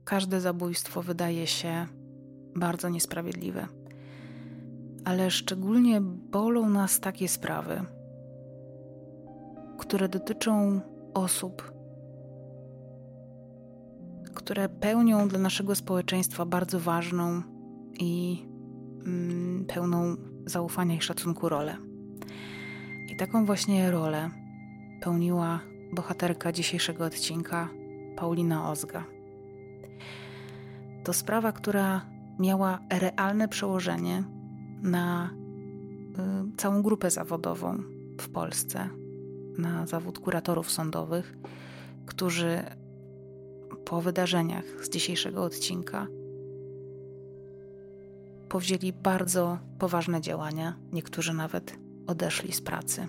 każde zabójstwo wydaje się bardzo niesprawiedliwe. Ale szczególnie bolą nas takie sprawy, które dotyczą osób, które pełnią dla naszego społeczeństwa bardzo ważną i pełną zaufania i szacunku rolę. I taką właśnie rolę pełniła bohaterka dzisiejszego odcinka, Paulina Ozga. To sprawa, która miała realne przełożenie na całą grupę zawodową w Polsce, na zawód kuratorów sądowych, którzy po wydarzeniach z dzisiejszego odcinka powzięli bardzo poważne działania, niektórzy nawet odeszli z pracy.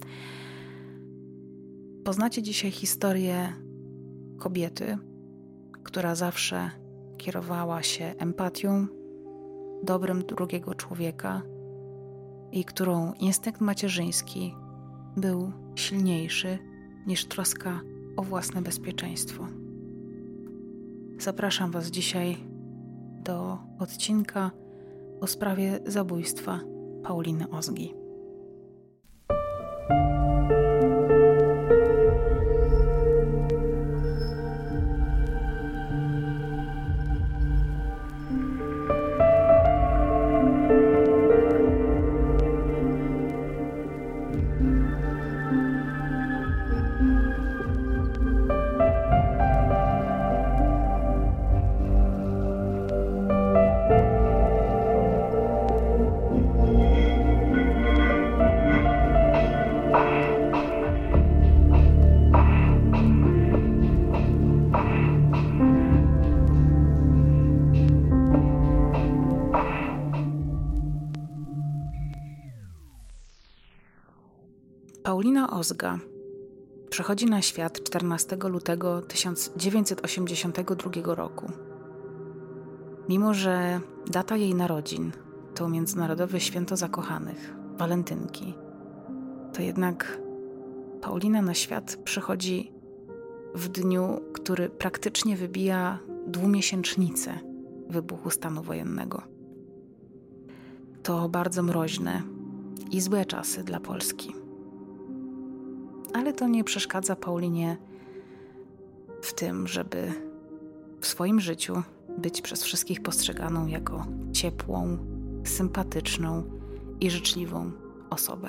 Poznacie dzisiaj historię kobiety, która zawsze kierowała się empatią, dobrem drugiego człowieka i którą instynkt macierzyński był silniejszy niż troska o własne bezpieczeństwo. Zapraszam Was dzisiaj do odcinka o sprawie zabójstwa Pauliny Ozgi. Paulina Ozga przychodzi na świat 14 lutego 1982 roku. Mimo że data jej narodzin to Międzynarodowe Święto Zakochanych, walentynki, to jednak Paulina na świat przychodzi w dniu, który praktycznie wybija 2-miesięcznicę wybuchu stanu wojennego. To bardzo mroźne i złe czasy dla Polski. Ale to nie przeszkadza Paulinie w tym, żeby w swoim życiu być przez wszystkich postrzeganą jako ciepłą, sympatyczną i życzliwą osobę.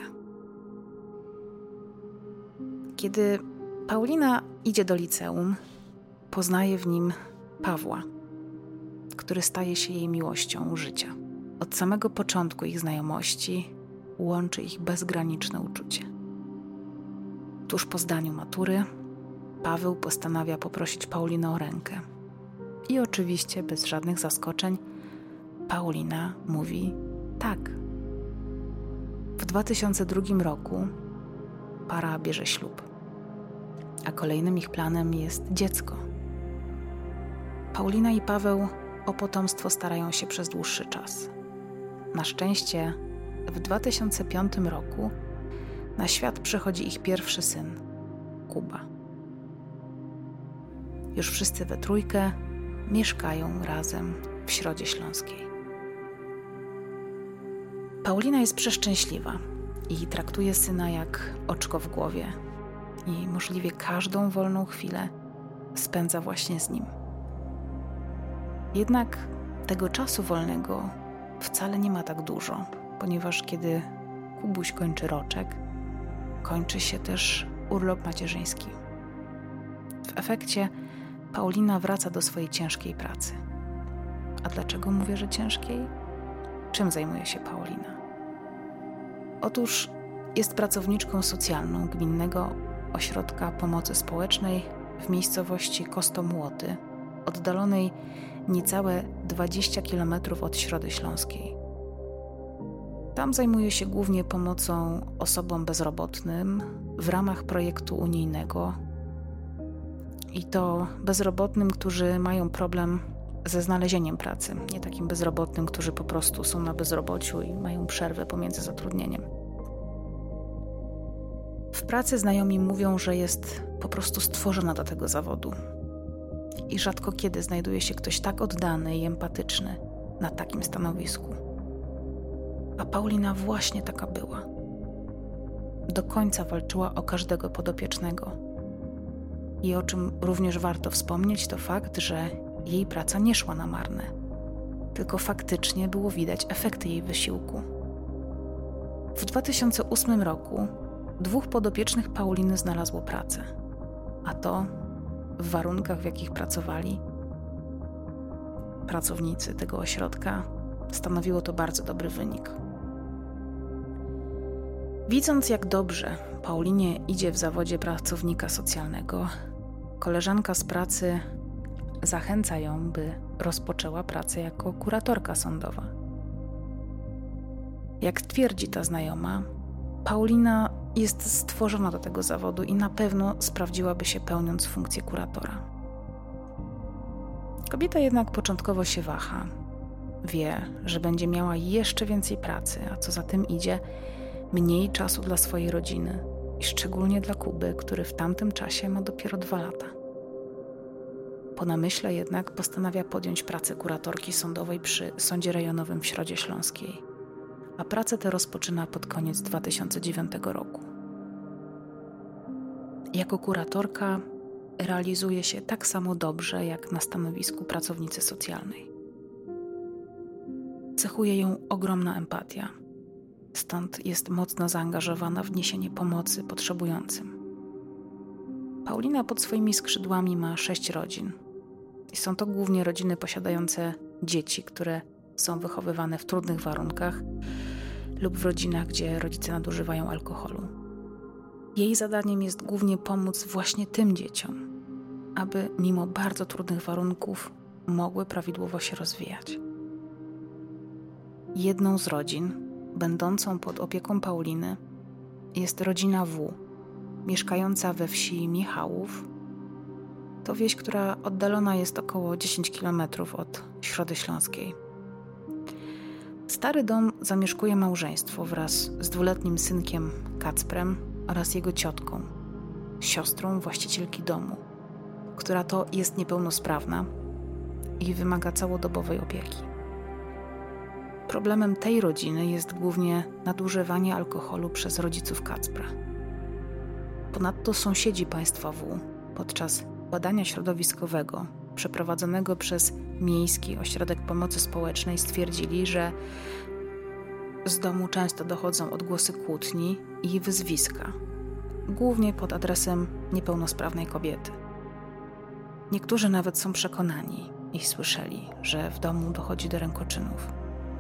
Kiedy Paulina idzie do liceum, poznaje w nim Pawła, który staje się jej miłością życia. Od samego początku ich znajomości łączy ich bezgraniczne uczucie. Tuż po zdaniu matury Paweł postanawia poprosić Paulinę o rękę. I oczywiście bez żadnych zaskoczeń Paulina mówi tak. W 2002 roku para bierze ślub, a kolejnym ich planem jest dziecko. Paulina i Paweł o potomstwo starają się przez dłuższy czas. Na szczęście w 2005 roku na świat przychodzi ich pierwszy syn, Kuba. Już wszyscy we trójkę mieszkają razem w Środzie Śląskiej. Paulina jest przeszczęśliwa i traktuje syna jak oczko w głowie i możliwie każdą wolną chwilę spędza właśnie z nim. Jednak tego czasu wolnego wcale nie ma tak dużo, ponieważ kiedy Kubuś kończy roczek, kończy się też urlop macierzyński. W efekcie Paulina wraca do swojej ciężkiej pracy. A dlaczego mówię, że ciężkiej? Czym zajmuje się Paulina? Otóż jest pracowniczką socjalną Gminnego Ośrodka Pomocy Społecznej w miejscowości Kostomłoty, oddalonej niecałe 20 km od Środy Śląskiej. Tam zajmuje się głównie pomocą osobom bezrobotnym w ramach projektu unijnego i to bezrobotnym, którzy mają problem ze znalezieniem pracy, nie takim bezrobotnym, którzy po prostu są na bezrobociu i mają przerwę pomiędzy zatrudnieniem. W pracy znajomi mówią, że jest po prostu stworzona do tego zawodu. i rzadko kiedy znajduje się ktoś tak oddany i empatyczny na takim stanowisku. A Paulina właśnie taka była. Do końca walczyła o każdego podopiecznego. I o czym również warto wspomnieć, to fakt, że jej praca nie szła na marne, tylko faktycznie było widać efekty jej wysiłku. W 2008 roku 2 podopiecznych Pauliny znalazło pracę, a to w warunkach, w jakich pracowali pracownicy tego ośrodka, stanowiło to bardzo dobry wynik. Widząc, jak dobrze Paulinie idzie w zawodzie pracownika socjalnego, koleżanka z pracy zachęca ją, by rozpoczęła pracę jako kuratorka sądowa. Jak twierdzi ta znajoma, Paulina jest stworzona do tego zawodu i na pewno sprawdziłaby się, pełniąc funkcję kuratora. Kobieta jednak początkowo się waha. Wie, że będzie miała jeszcze więcej pracy, a co za tym idzie, mniej czasu dla swojej rodziny i szczególnie dla Kuby, który w tamtym czasie ma dopiero 2 lata. Po namyśle jednak postanawia podjąć pracę kuratorki sądowej przy Sądzie Rejonowym w Środzie Śląskiej, a pracę tę rozpoczyna pod koniec 2009 roku. Jako kuratorka realizuje się tak samo dobrze jak na stanowisku pracownicy socjalnej. Cechuje ją ogromna empatia, stąd jest mocno zaangażowana w niesienie pomocy potrzebującym. Paulina pod swoimi skrzydłami ma 6 rodzin i są to głównie rodziny posiadające dzieci, które są wychowywane w trudnych warunkach lub w rodzinach, gdzie rodzice nadużywają alkoholu. Jej zadaniem jest głównie pomóc właśnie tym dzieciom, aby mimo bardzo trudnych warunków mogły prawidłowo się rozwijać. Jedną z rodzin, będącą pod opieką Pauliny, jest rodzina W, mieszkająca we wsi Michałów. To wieś, która oddalona jest około 10 km od Środy Śląskiej. Stary dom zamieszkuje małżeństwo wraz z 2-letnim synkiem Kacprem oraz jego ciotką, siostrą właścicielki domu, która to jest niepełnosprawna i wymaga całodobowej opieki. Problemem tej rodziny jest głównie nadużywanie alkoholu przez rodziców Kacpra. Ponadto sąsiedzi państwa W podczas badania środowiskowego przeprowadzonego przez Miejski Ośrodek Pomocy Społecznej stwierdzili, że z domu często dochodzą odgłosy kłótni i wyzwiska, głównie pod adresem niepełnosprawnej kobiety. Niektórzy nawet są przekonani i słyszeli, że w domu dochodzi do rękoczynów.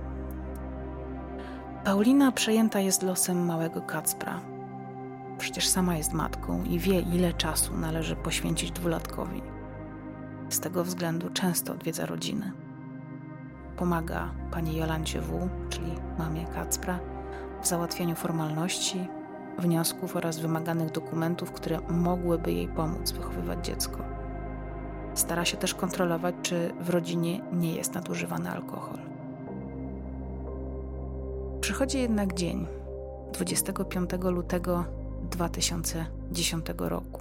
Paulina przejęta jest losem małego Kacpra. Przecież sama jest matką i wie, ile czasu należy poświęcić 2-latkowi. Z tego względu często odwiedza rodziny. Pomaga pani Jolancie W., czyli mamie Kacpra, w załatwianiu formalności, wniosków oraz wymaganych dokumentów, które mogłyby jej pomóc wychowywać dziecko. Stara się też kontrolować, czy w rodzinie nie jest nadużywany alkohol. Przychodzi jednak dzień, 25 lutego 2010 roku.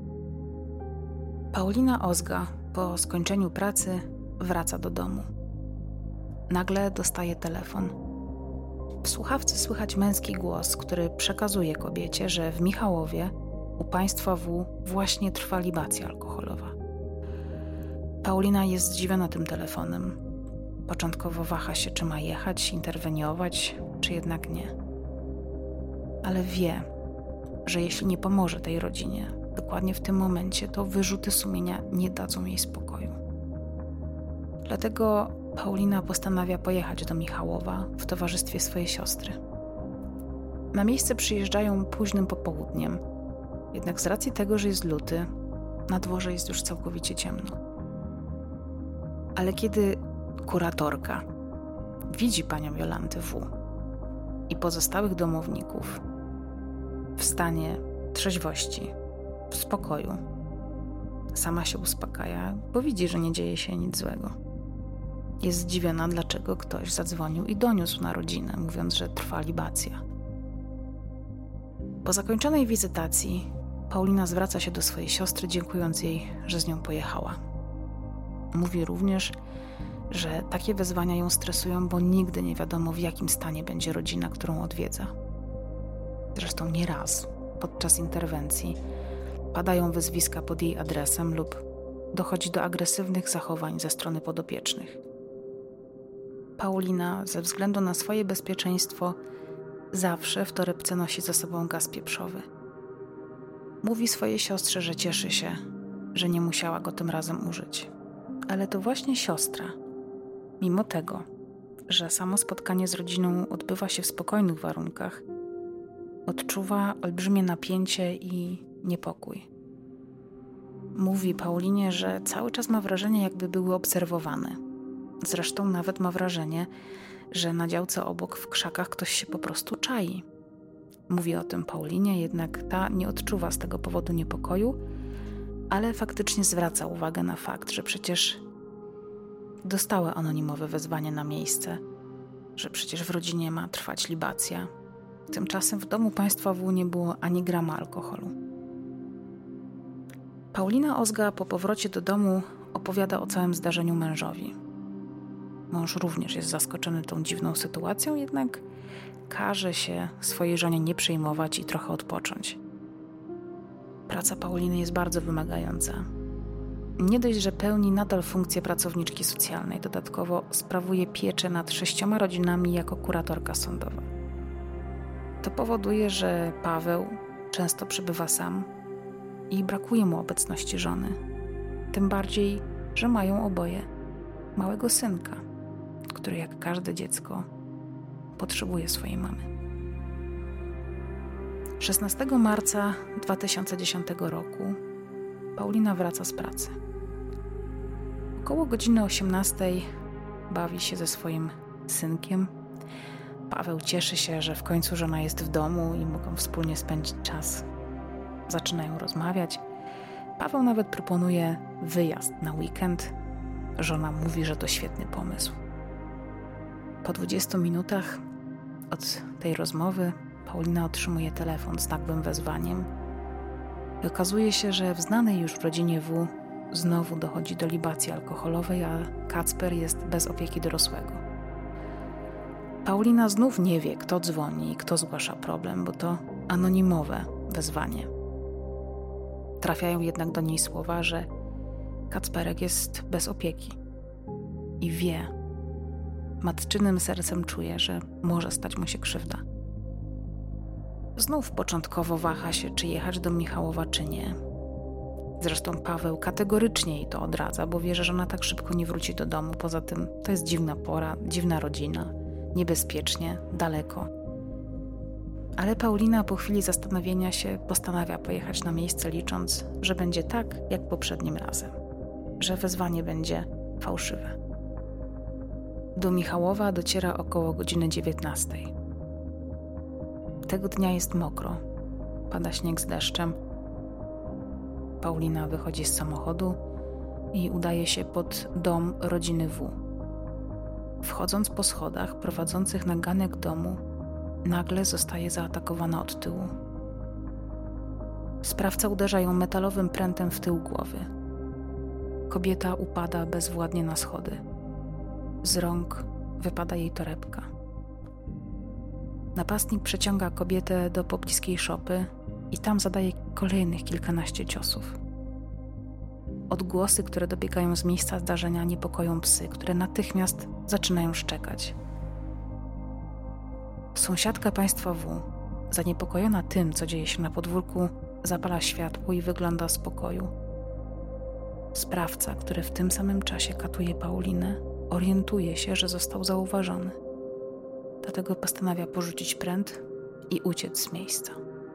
Paulina Ozga po skończeniu pracy wraca do domu. Nagle dostaje telefon. W słuchawce słychać męski głos, który przekazuje kobiecie, że w Michałowie u państwa W właśnie trwa libacja alkoholowa. Paulina jest zdziwiona tym telefonem. Początkowo waha się, czy ma jechać, interweniować, czy jednak nie. Ale wie, że jeśli nie pomoże tej rodzinie dokładnie w tym momencie, to wyrzuty sumienia nie dadzą jej spokoju. Dlatego Paulina postanawia pojechać do Michałowa w towarzystwie swojej siostry. Na miejsce przyjeżdżają późnym popołudniem, jednak z racji tego, że jest luty, na dworze jest już całkowicie ciemno. Ale kiedy kuratorka widzi panią Jolantę W. i pozostałych domowników w stanie trzeźwości, w spokoju, sama się uspokaja, bo widzi, że nie dzieje się nic złego. Jest zdziwiona, dlaczego ktoś zadzwonił i doniósł na rodzinę, mówiąc, że trwa libacja. Po zakończonej wizytacji Paulina zwraca się do swojej siostry, dziękując jej, że z nią pojechała. Mówi również, że takie wezwania ją stresują, bo nigdy nie wiadomo, w jakim stanie będzie rodzina, którą odwiedza. Zresztą nie raz podczas interwencji padają wyzwiska pod jej adresem lub dochodzi do agresywnych zachowań ze strony podopiecznych. Paulina ze względu na swoje bezpieczeństwo zawsze w torebce nosi ze sobą gaz pieprzowy. Mówi swojej siostrze, że cieszy się, że nie musiała go tym razem użyć. Ale to właśnie siostra, mimo tego, że samo spotkanie z rodziną odbywa się w spokojnych warunkach, odczuwa olbrzymie napięcie i niepokój. Mówi Paulinie, że cały czas ma wrażenie, jakby były obserwowane. Zresztą nawet ma wrażenie, że na działce obok w krzakach ktoś się po prostu czai. Mówi o tym Paulinie, jednak ta nie odczuwa z tego powodu niepokoju, ale faktycznie zwraca uwagę na fakt, że przecież dostała anonimowe wezwanie na miejsce, że przecież w rodzinie ma trwać libacja. Tymczasem w domu państwa W nie było ani grama alkoholu. Paulina Ozga po powrocie do domu opowiada o całym zdarzeniu mężowi. Mąż również jest zaskoczony tą dziwną sytuacją, jednak każe się swojej żonie nie przejmować i trochę odpocząć. Praca Pauliny jest bardzo wymagająca. Nie dość, że pełni nadal funkcję pracowniczki socjalnej, dodatkowo sprawuje pieczę nad 6 rodzinami jako kuratorka sądowa. To powoduje, że Paweł często przebywa sam i brakuje mu obecności żony. Tym bardziej, że mają oboje małego synka, który jak każde dziecko potrzebuje swojej mamy. 16 marca 2010 roku Paulina wraca z pracy. Około godziny 18 bawi się ze swoim synkiem. Paweł cieszy się, że w końcu żona jest w domu i mogą wspólnie spędzić czas. Zaczynają rozmawiać. Paweł nawet proponuje wyjazd na weekend. Żona mówi, że to świetny pomysł. Po 20 minutach od tej rozmowy Paulina otrzymuje telefon z nagłym wezwaniem i okazuje się, że w znanej już w rodzinie W znowu dochodzi do libacji alkoholowej, a Kacper jest bez opieki dorosłego. Paulina znów nie wie, kto dzwoni i kto zgłasza problem, bo to anonimowe wezwanie. Trafiają jednak do niej słowa, że Kacperek jest bez opieki i wie, matczynym sercem czuje, że może stać mu się krzywda. Znów początkowo waha się, czy jechać do Michałowa, czy nie. Zresztą Paweł kategorycznie jej to odradza, bo wie, że żona tak szybko nie wróci do domu. Poza tym to jest dziwna pora, dziwna rodzina, niebezpiecznie, daleko. Ale Paulina po chwili zastanowienia się postanawia pojechać na miejsce, licząc, że będzie tak, jak poprzednim razem. Że wezwanie będzie fałszywe. Do Michałowa dociera około godziny 19. Tego dnia jest mokro. Pada śnieg z deszczem. Paulina wychodzi z samochodu i udaje się pod dom rodziny W. Wchodząc po schodach prowadzących na ganek domu, nagle zostaje zaatakowana od tyłu. Sprawca uderza ją metalowym prętem w tył głowy. Kobieta upada bezwładnie na schody. Z rąk wypada jej torebka. Napastnik przeciąga kobietę do pobliskiej szopy i tam zadaje kolejnych kilkanaście ciosów. Odgłosy, które dobiegają z miejsca zdarzenia, niepokoją psy, które natychmiast zaczynają szczekać. Sąsiadka państwa W, zaniepokojona tym, co dzieje się na podwórku, zapala światło i wygląda z pokoju. Sprawca, który w tym samym czasie katuje Paulinę, orientuje się, że został zauważony. Dlatego postanawia porzucić pręt i uciec z miejsca.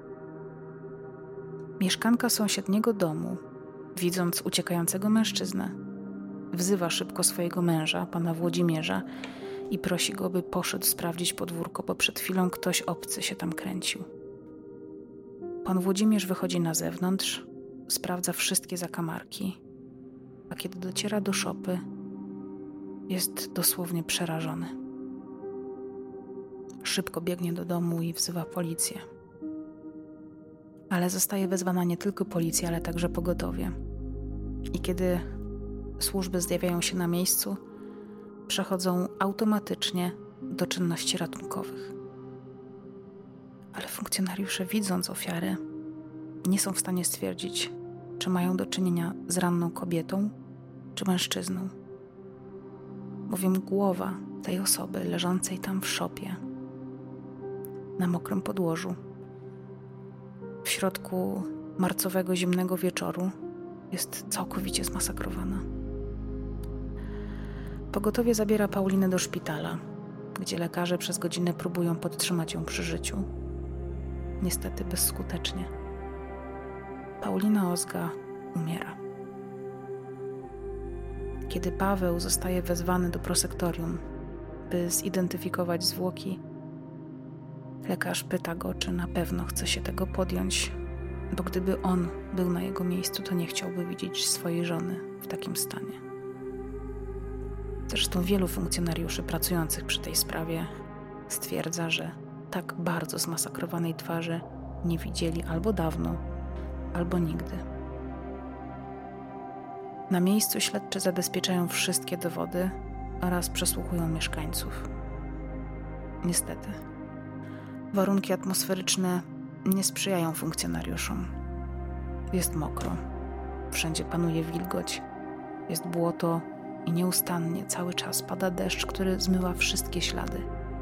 Mieszkanka sąsiedniego domu, widząc uciekającego mężczyznę, wzywa szybko swojego męża, pana Włodzimierza, i prosi go, by poszedł sprawdzić podwórko, bo przed chwilą ktoś obcy się tam kręcił. Pan Włodzimierz wychodzi na zewnątrz, sprawdza wszystkie zakamarki, a kiedy dociera do szopy, jest dosłownie przerażony. Szybko biegnie do domu i wzywa policję. Ale zostaje wezwana nie tylko policja, ale także pogotowie. I kiedy służby zjawiają się na miejscu, przechodzą automatycznie do czynności ratunkowych. Ale funkcjonariusze, widząc ofiarę, nie są w stanie stwierdzić, czy mają do czynienia z ranną kobietą, czy mężczyzną. Bowiem głowa tej osoby leżącej tam w szopie, na mokrym podłożu, w środku marcowego zimnego wieczoru, jest całkowicie zmasakrowana. Pogotowie zabiera Paulinę do szpitala, gdzie lekarze przez godzinę próbują podtrzymać ją przy życiu. Niestety bezskutecznie. Paulina Ozga umiera. Kiedy Paweł zostaje wezwany do prosektorium, by zidentyfikować zwłoki, lekarz pyta go, czy na pewno chce się tego podjąć, bo gdyby on był na jego miejscu, to nie chciałby widzieć swojej żony w takim stanie. Zresztą wielu funkcjonariuszy pracujących przy tej sprawie stwierdza, że tak bardzo zmasakrowanej twarzy nie widzieli albo dawno, albo nigdy. Na miejscu śledczy zabezpieczają wszystkie dowody oraz przesłuchują mieszkańców. Niestety, warunki atmosferyczne nie sprzyjają funkcjonariuszom. Jest mokro, wszędzie panuje wilgoć, jest błoto i nieustannie cały czas pada deszcz, który zmywa wszystkie ślady.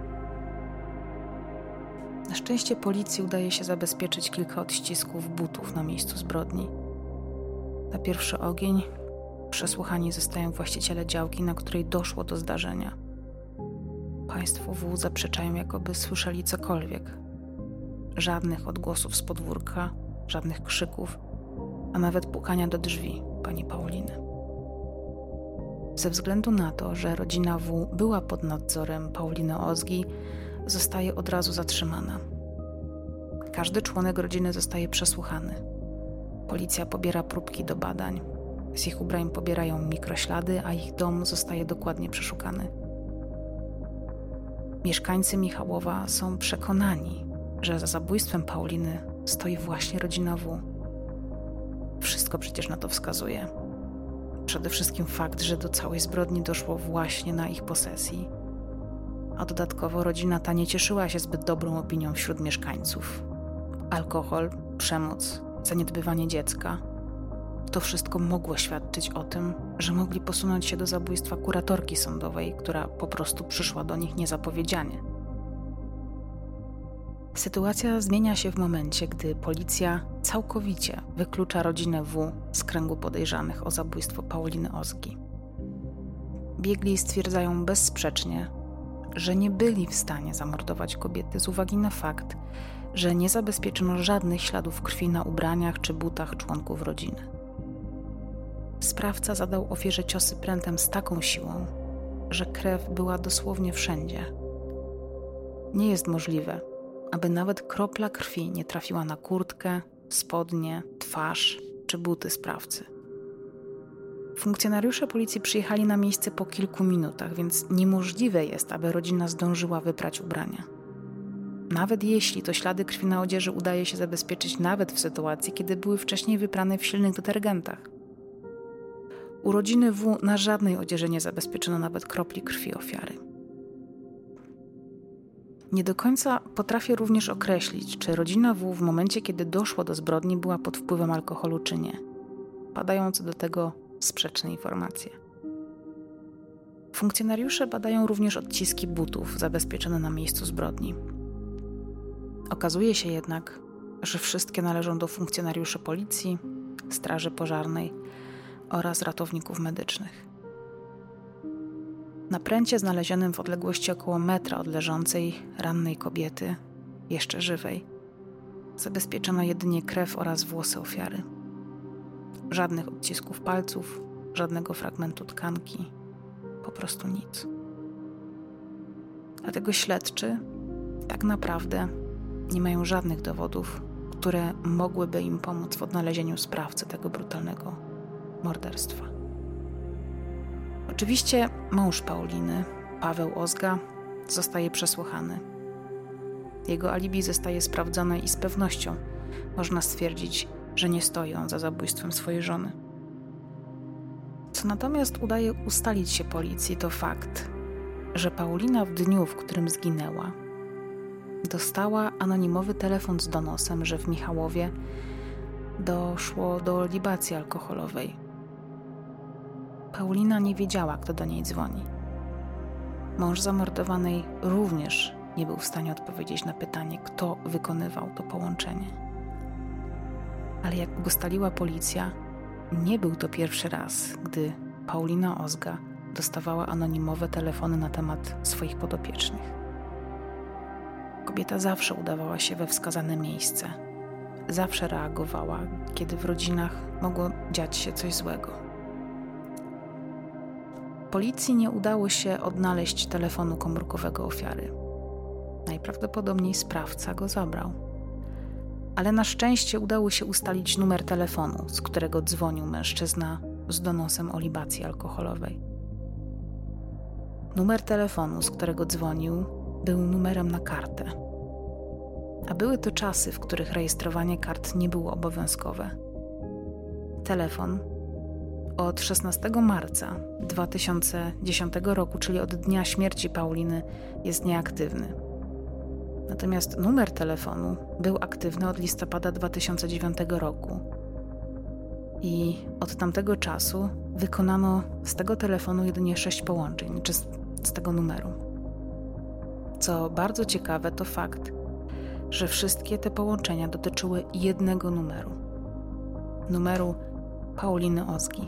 Na szczęście policji udaje się zabezpieczyć kilka odcisków butów na miejscu zbrodni. Na pierwszy ogień przesłuchani zostają właściciele działki, na której doszło do zdarzenia. Państwo W zaprzeczają, jakoby słyszeli cokolwiek. Żadnych odgłosów z podwórka, żadnych krzyków, a nawet pukania do drzwi pani Pauliny. Ze względu na to, że rodzina W była pod nadzorem Pauliny Ozgi, zostaje od razu zatrzymana. Każdy członek rodziny zostaje przesłuchany. Policja pobiera próbki do badań. Z ich ubrań pobierają mikroślady, a ich dom zostaje dokładnie przeszukany. Mieszkańcy Michałowa są przekonani, że za zabójstwem Pauliny stoi właśnie rodzina W. Wszystko przecież na to wskazuje. Przede wszystkim fakt, że do całej zbrodni doszło właśnie na ich posesji. A dodatkowo rodzina ta nie cieszyła się zbyt dobrą opinią wśród mieszkańców. Alkohol, przemoc, zaniedbywanie dziecka. To wszystko mogło świadczyć o tym, że mogli posunąć się do zabójstwa kuratorki sądowej, która po prostu przyszła do nich niezapowiedzianie. Sytuacja zmienia się w momencie, gdy policja całkowicie wyklucza rodzinę W z kręgu podejrzanych o zabójstwo Pauliny Ozgi. Biegli stwierdzają bezsprzecznie, że nie byli w stanie zamordować kobiety z uwagi na fakt, że nie zabezpieczono żadnych śladów krwi na ubraniach czy butach członków rodziny. Sprawca zadał ofierze ciosy prętem z taką siłą, że krew była dosłownie wszędzie. Nie jest możliwe, aby nawet kropla krwi nie trafiła na kurtkę, spodnie, twarz czy buty sprawcy. Funkcjonariusze policji przyjechali na miejsce po kilku minutach, więc niemożliwe jest, aby rodzina zdążyła wyprać ubrania. Nawet jeśli to ślady krwi na odzieży udaje się zabezpieczyć nawet w sytuacji, kiedy były wcześniej wyprane w silnych detergentach. U rodziny W na żadnej odzieży nie zabezpieczono nawet kropli krwi ofiary. Nie do końca potrafię również określić, czy rodzina W w momencie, kiedy doszło do zbrodni, była pod wpływem alkoholu, czy nie. Padają co do tego sprzeczne informacje. Funkcjonariusze badają również odciski butów zabezpieczone na miejscu zbrodni. Okazuje się jednak, że wszystkie należą do funkcjonariuszy policji, straży pożarnej oraz ratowników medycznych. Na pręcie znalezionym w odległości około metra od leżącej, rannej kobiety, jeszcze żywej, zabezpieczono jedynie krew oraz włosy ofiary. Żadnych odcisków palców, żadnego fragmentu tkanki, po prostu nic. Dlatego śledczy tak naprawdę nie mają żadnych dowodów, które mogłyby im pomóc w odnalezieniu sprawcy tego brutalnego morderstwa. Oczywiście mąż Pauliny, Paweł Ozga, zostaje przesłuchany. Jego alibi zostaje sprawdzone i z pewnością można stwierdzić, że nie stoi on za zabójstwem swojej żony. Co Co natomiast udaje ustalić się policji, to fakt, że Paulina w dniu, w którym zginęła, dostała anonimowy telefon z donosem, że w Michałowie doszło do libacji alkoholowej. Paulina nie wiedziała, kto do niej dzwoni. Mąż zamordowanej również nie był w stanie odpowiedzieć na pytanie, kto wykonywał to połączenie. Ale jak ustaliła policja, nie był to pierwszy raz, gdy Paulina Ozga dostawała anonimowe telefony na temat swoich podopiecznych. Kobieta zawsze udawała się we wskazane miejsce. Zawsze reagowała, kiedy w rodzinach mogło dziać się coś złego. Policji nie udało się odnaleźć telefonu komórkowego ofiary. Najprawdopodobniej sprawca go zabrał. Ale na szczęście udało się ustalić numer telefonu, z którego dzwonił mężczyzna z donosem o libacji alkoholowej. Numer telefonu, z którego dzwonił, był numerem na kartę. A były to czasy, w których rejestrowanie kart nie było obowiązkowe. Telefon od 16 marca 2010 roku, czyli od dnia śmierci Pauliny, jest nieaktywny. Natomiast numer telefonu był aktywny od listopada 2009 roku. I od tamtego czasu wykonano z tego telefonu jedynie 6 połączeń, czy z tego numeru. Co bardzo ciekawe, to fakt, że wszystkie te połączenia dotyczyły jednego numeru. Numeru Pauliny Ozgi.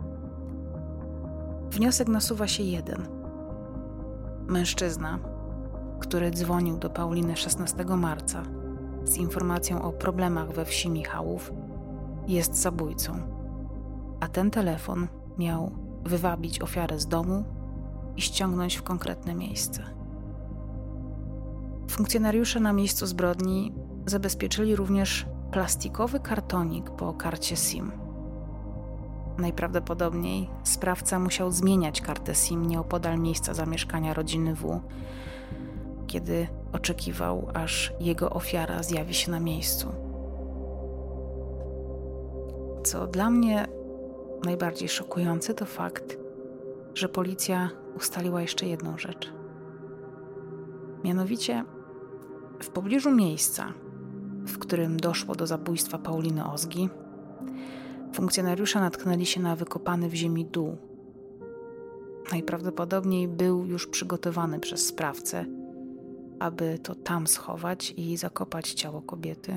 Wniosek nasuwa się jeden. Mężczyzna, który dzwonił do Pauliny 16 marca z informacją o problemach we wsi Michałów, jest zabójcą. A ten telefon miał wywabić ofiarę z domu i ściągnąć w konkretne miejsce. Funkcjonariusze na miejscu zbrodni zabezpieczyli również plastikowy kartonik po karcie SIM. Najprawdopodobniej sprawca musiał zmieniać kartę SIM nieopodal miejsca zamieszkania rodziny W, kiedy oczekiwał, aż jego ofiara zjawi się na miejscu. Co dla mnie najbardziej szokujące, to fakt, że policja ustaliła jeszcze jedną rzecz. Mianowicie w pobliżu miejsca, w którym doszło do zabójstwa Pauliny Ozgi, funkcjonariusze natknęli się na wykopany w ziemi dół. Najprawdopodobniej był już przygotowany przez sprawcę, aby to tam schować i zakopać ciało kobiety.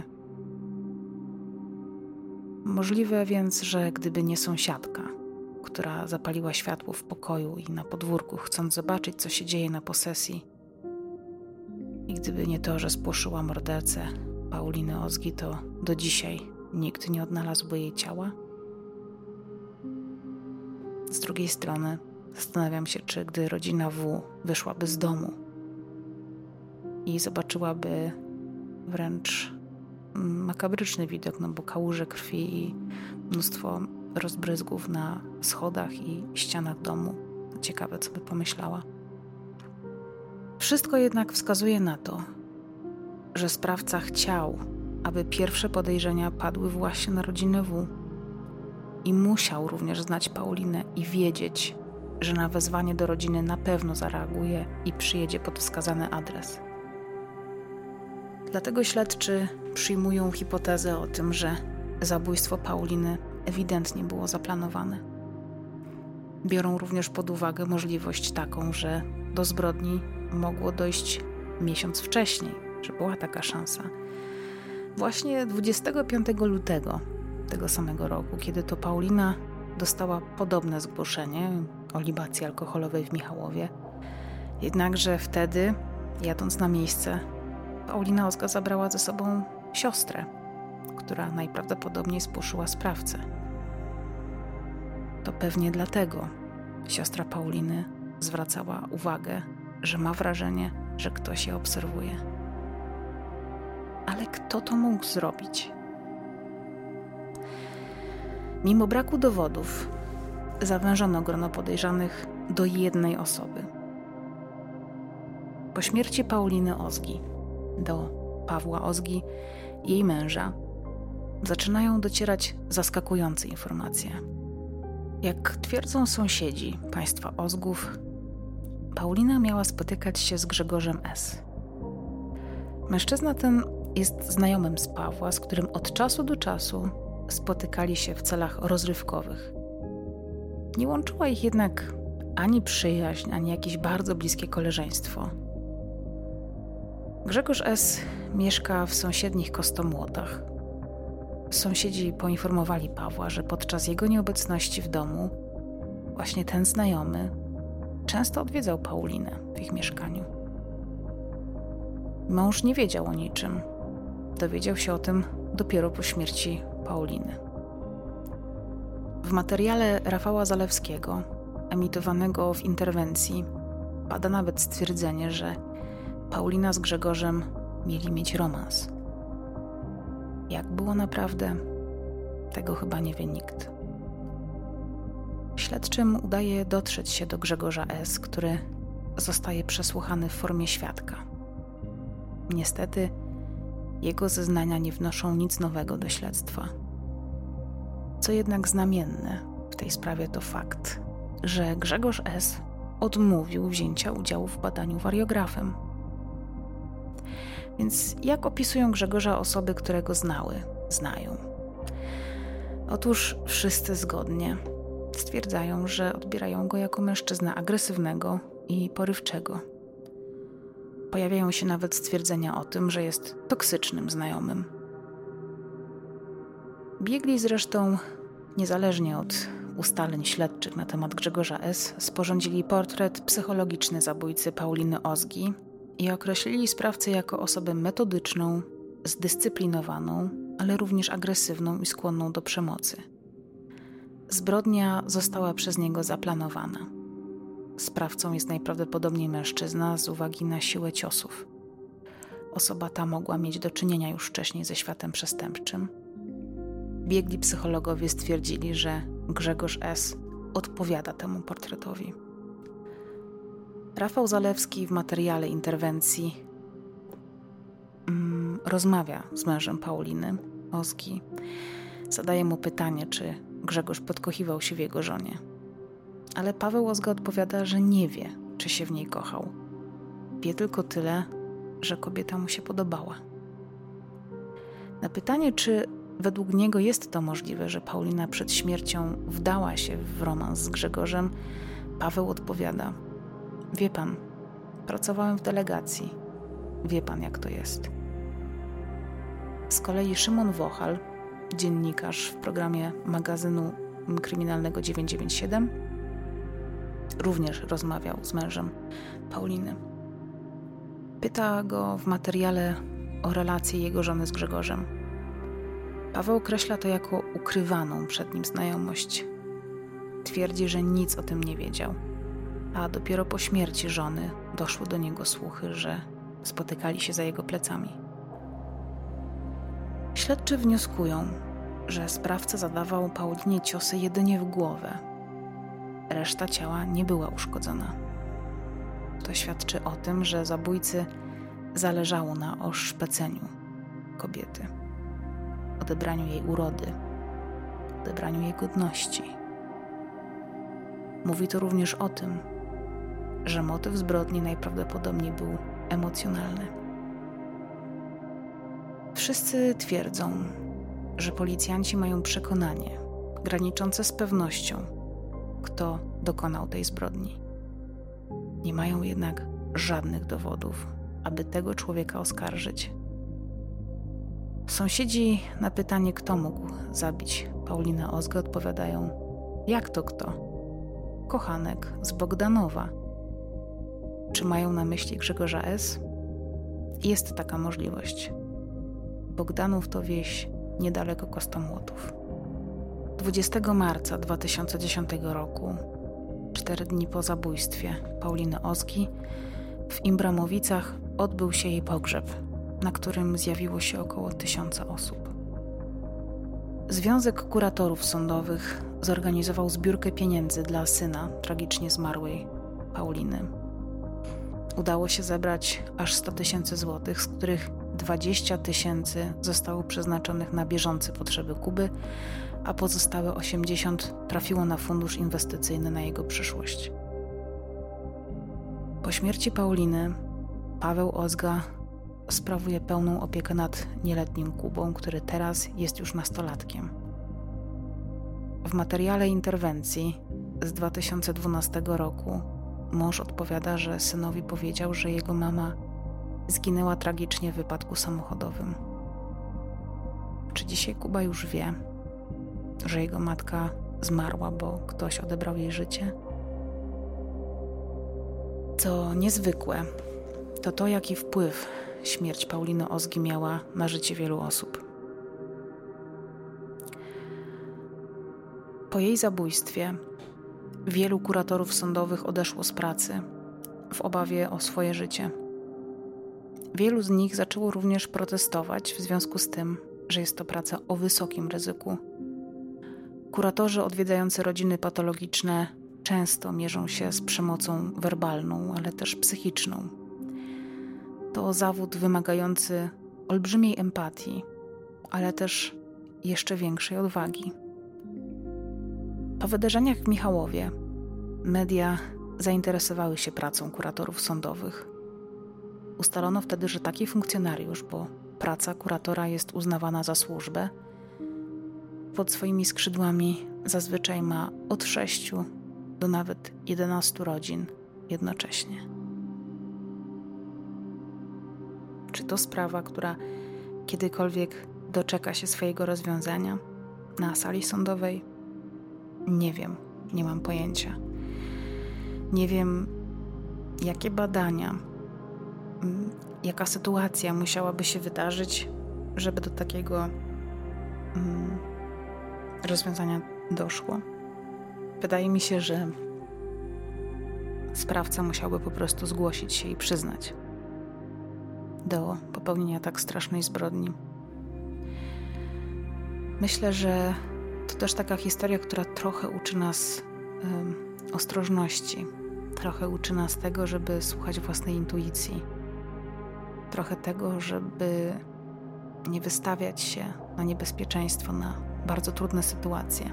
Możliwe więc, że gdyby nie sąsiadka, która zapaliła światło w pokoju i na podwórku, chcąc zobaczyć, co się dzieje na posesji, i gdyby nie to, że spłoszyła mordercę Pauliny Ozgi, to do dzisiaj nikt nie odnalazłby jej ciała. Z drugiej strony zastanawiam się, czy gdy rodzina W wyszłaby z domu i zobaczyłaby wręcz makabryczny widok, bo kałuże krwi i mnóstwo rozbryzgów na schodach i ścianach domu. Ciekawe, co by pomyślała. Wszystko jednak wskazuje na to, że sprawca chciał, aby pierwsze podejrzenia padły właśnie na rodzinę W. I musiał również znać Paulinę i wiedzieć, że na wezwanie do rodziny na pewno zareaguje i przyjedzie pod wskazany adres. Dlatego śledczy przyjmują hipotezę o tym, że zabójstwo Pauliny ewidentnie było zaplanowane. Biorą również pod uwagę możliwość taką, że do zbrodni mogło dojść miesiąc wcześniej, że była taka szansa. Właśnie 25 lutego tego samego roku, kiedy to Paulina dostała podobne zgłoszenie o libacji alkoholowej w Michałowie. Jednakże wtedy, jadąc na miejsce, Paulina Ozga zabrała ze sobą siostrę, która najprawdopodobniej spłoszyła sprawcę. To pewnie dlatego siostra Pauliny zwracała uwagę, że ma wrażenie, że ktoś je obserwuje. Ale kto to mógł zrobić? Mimo braku dowodów, zawężono grono podejrzanych do jednej osoby. Po śmierci Pauliny Ozgi do Pawła Ozgi, jej męża, zaczynają docierać zaskakujące informacje. Jak twierdzą sąsiedzi państwa Ozgów, Paulina miała spotykać się z Grzegorzem S. Mężczyzna ten jest znajomym z Pawła, z którym od czasu do czasu spotykali się w celach rozrywkowych. Nie łączyła ich jednak ani przyjaźń, ani jakieś bardzo bliskie koleżeństwo. Grzegorz S. mieszka w sąsiednich Kostomłotach. Sąsiedzi poinformowali Pawła, że podczas jego nieobecności w domu właśnie ten znajomy często odwiedzał Paulinę w ich mieszkaniu. Mąż nie wiedział o niczym. Dowiedział się o tym dopiero po śmierci Pauliny. W materiale Rafała Zalewskiego, emitowanego w interwencji, pada nawet stwierdzenie, że Paulina z Grzegorzem mieli mieć romans. Jak było naprawdę, tego chyba nie wie nikt. Śledczym udaje dotrzeć się do Grzegorza S., który zostaje przesłuchany w formie świadka. Niestety, jego zeznania nie wnoszą nic nowego do śledztwa. Co jednak znamienne w tej sprawie to fakt, że Grzegorz S. odmówił wzięcia udziału w badaniu wariografem. Więc jak opisują Grzegorza osoby, które go znają? Otóż wszyscy zgodnie stwierdzają, że odbierają go jako mężczyznę agresywnego i porywczego. Pojawiają się nawet stwierdzenia o tym, że jest toksycznym znajomym. Biegli zresztą, niezależnie od ustaleń śledczych na temat Grzegorza S., sporządzili portret psychologiczny zabójcy Pauliny Ozgi i określili sprawcę jako osobę metodyczną, zdyscyplinowaną, ale również agresywną i skłonną do przemocy. Zbrodnia została przez niego zaplanowana. Sprawcą jest najprawdopodobniej mężczyzna z uwagi na siłę ciosów. Osoba ta mogła mieć do czynienia już wcześniej ze światem przestępczym. Biegli psychologowie stwierdzili, że Grzegorz S. odpowiada temu portretowi. Rafał Zalewski w materiale interwencji rozmawia z mężem Pauliny Ozgi. Zadaje mu pytanie, czy Grzegorz podkochiwał się w jego żonie. Ale Paweł Ozga odpowiada, że nie wie, czy się w niej kochał. Wie tylko tyle, że kobieta mu się podobała. Na pytanie, czy według niego jest to możliwe, że Paulina przed śmiercią wdała się w romans z Grzegorzem, Paweł odpowiada: wie pan, pracowałem w delegacji. Wie pan, jak to jest. Z kolei Szymon Wochal, dziennikarz w programie magazynu kryminalnego 997, również rozmawiał z mężem Pauliny. Pyta go w materiale o relację jego żony z Grzegorzem. Paweł określa to jako ukrywaną przed nim znajomość. Twierdzi, że nic o tym nie wiedział, a dopiero po śmierci żony doszły do niego słuchy, że spotykali się za jego plecami. Śledczy wnioskują, że sprawca zadawał Paulinie ciosy jedynie w głowę. Reszta ciała nie była uszkodzona. To świadczy o tym, że zabójcy zależało na oszpeceniu kobiety, odebraniu jej urody, odebraniu jej godności. Mówi to również o tym, że motyw zbrodni najprawdopodobniej był emocjonalny. Wszyscy twierdzą, że policjanci mają przekonanie, graniczące z pewnością, kto dokonał tej zbrodni. Nie mają jednak żadnych dowodów, aby tego człowieka oskarżyć. Sąsiedzi na pytanie, kto mógł zabić Paulinę Ozgę, odpowiadają: jak to kto? Kochanek z Bogdanowa. Czy mają na myśli Grzegorza S? Jest taka możliwość. Bogdanów to wieś niedaleko Kostomłotów. 20 marca 2010 roku, 4 dni po zabójstwie Pauliny Ozgi, w Imbramowicach odbył się jej pogrzeb, na którym zjawiło się około 1000 osób. Związek Kuratorów Sądowych zorganizował zbiórkę pieniędzy dla syna tragicznie zmarłej Pauliny. Udało się zebrać aż 100 000 złotych, z których 20 000 zostało przeznaczonych na bieżące potrzeby Kuby, a pozostałe 80 trafiło na fundusz inwestycyjny na jego przyszłość. Po śmierci Pauliny Paweł Ozga sprawuje pełną opiekę nad nieletnim Kubą, który teraz jest już nastolatkiem. W materiale interwencji z 2012 roku mąż odpowiada, że synowi powiedział, że jego mama zginęła tragicznie w wypadku samochodowym. Czy dzisiaj Kuba już wie, że jego matka zmarła, bo ktoś odebrał jej życie? Co niezwykłe, to jaki wpływ śmierć Pauliny Ozgi miała na życie wielu osób. Po jej zabójstwie wielu kuratorów sądowych odeszło z pracy w obawie o swoje życie. Wielu z nich zaczęło również protestować w związku z tym, że jest to praca o wysokim ryzyku. Kuratorzy odwiedzający rodziny patologiczne często mierzą się z przemocą werbalną, ale też psychiczną. To zawód wymagający olbrzymiej empatii, ale też jeszcze większej odwagi. Po wydarzeniach w Michałowie media zainteresowały się pracą kuratorów sądowych. Ustalono wtedy, że taki funkcjonariusz, bo praca kuratora jest uznawana za służbę, pod swoimi skrzydłami zazwyczaj ma od 6 do nawet 11 rodzin jednocześnie. Czy to sprawa, która kiedykolwiek doczeka się swojego rozwiązania na sali sądowej? Nie wiem, nie mam pojęcia. Nie wiem, jakie badania, jaka sytuacja musiałaby się wydarzyć, żeby do takiego rozwiązania doszło. Wydaje mi się, że sprawca musiałby po prostu zgłosić się i przyznać do popełnienia tak strasznej zbrodni. Myślę, że to też taka historia, która trochę uczy nas ostrożności, trochę uczy nas tego, żeby słuchać własnej intuicji, trochę tego, żeby nie wystawiać się na niebezpieczeństwo, na bardzo trudne sytuacje.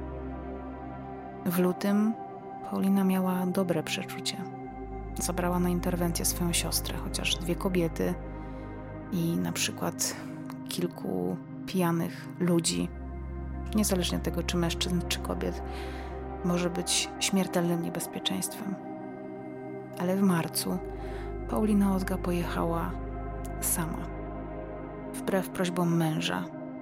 W lutym Paulina miała dobre przeczucie. Zabrała na interwencję swoją siostrę, chociaż 2 kobiety i na przykład kilku pijanych ludzi, niezależnie od tego, czy mężczyzn, czy kobiet, może być śmiertelnym niebezpieczeństwem. Ale w marcu Paulina Ozga pojechała sama, wbrew prośbom męża,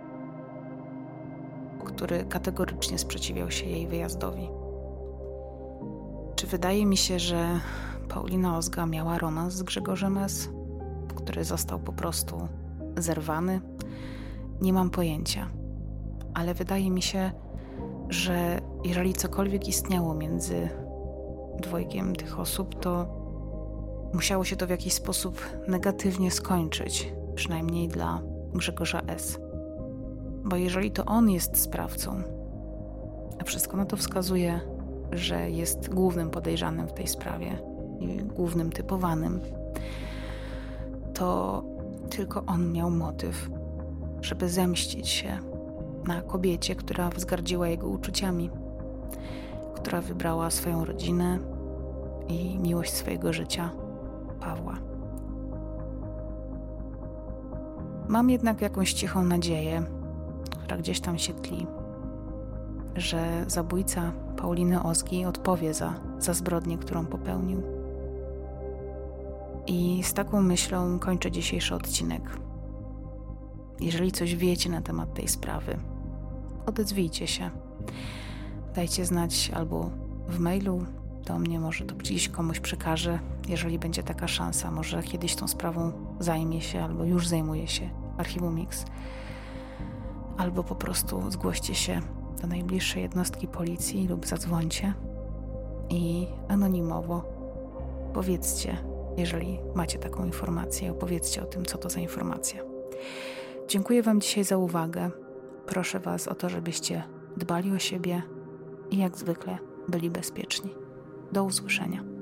który kategorycznie sprzeciwiał się jej wyjazdowi. Czy wydaje mi się, że Paulina Ozga miała romans z Grzegorzem S., który został po prostu zerwany? Nie mam pojęcia. Ale wydaje mi się, że jeżeli cokolwiek istniało między dwojgiem tych osób, to musiało się to w jakiś sposób negatywnie skończyć, przynajmniej dla Grzegorza S. Bo jeżeli to on jest sprawcą, a wszystko na to wskazuje, że jest głównym podejrzanym w tej sprawie i głównym typowanym, to tylko on miał motyw, żeby zemścić się na kobiecie, która wzgardziła jego uczuciami, która wybrała swoją rodzinę i miłość swojego życia, Pawła. Mam jednak jakąś cichą nadzieję, która gdzieś tam się tli, że zabójca Pauliny Ozgi odpowie za zbrodnię, którą popełnił. I z taką myślą kończę dzisiejszy odcinek. Jeżeli coś wiecie na temat tej sprawy, odezwijcie się. Dajcie znać albo w mailu do mnie, może to gdzieś komuś przekażę, jeżeli będzie taka szansa. Może kiedyś tą sprawą zajmie się albo już zajmuje się Archiwum Mix. Albo po prostu zgłoście się do najbliższej jednostki policji lub zadzwońcie i anonimowo powiedzcie, jeżeli macie taką informację, opowiedzcie o tym, co to za informacja. Dziękuję Wam dzisiaj za uwagę. Proszę Was o to, żebyście dbali o siebie i jak zwykle byli bezpieczni. Do usłyszenia.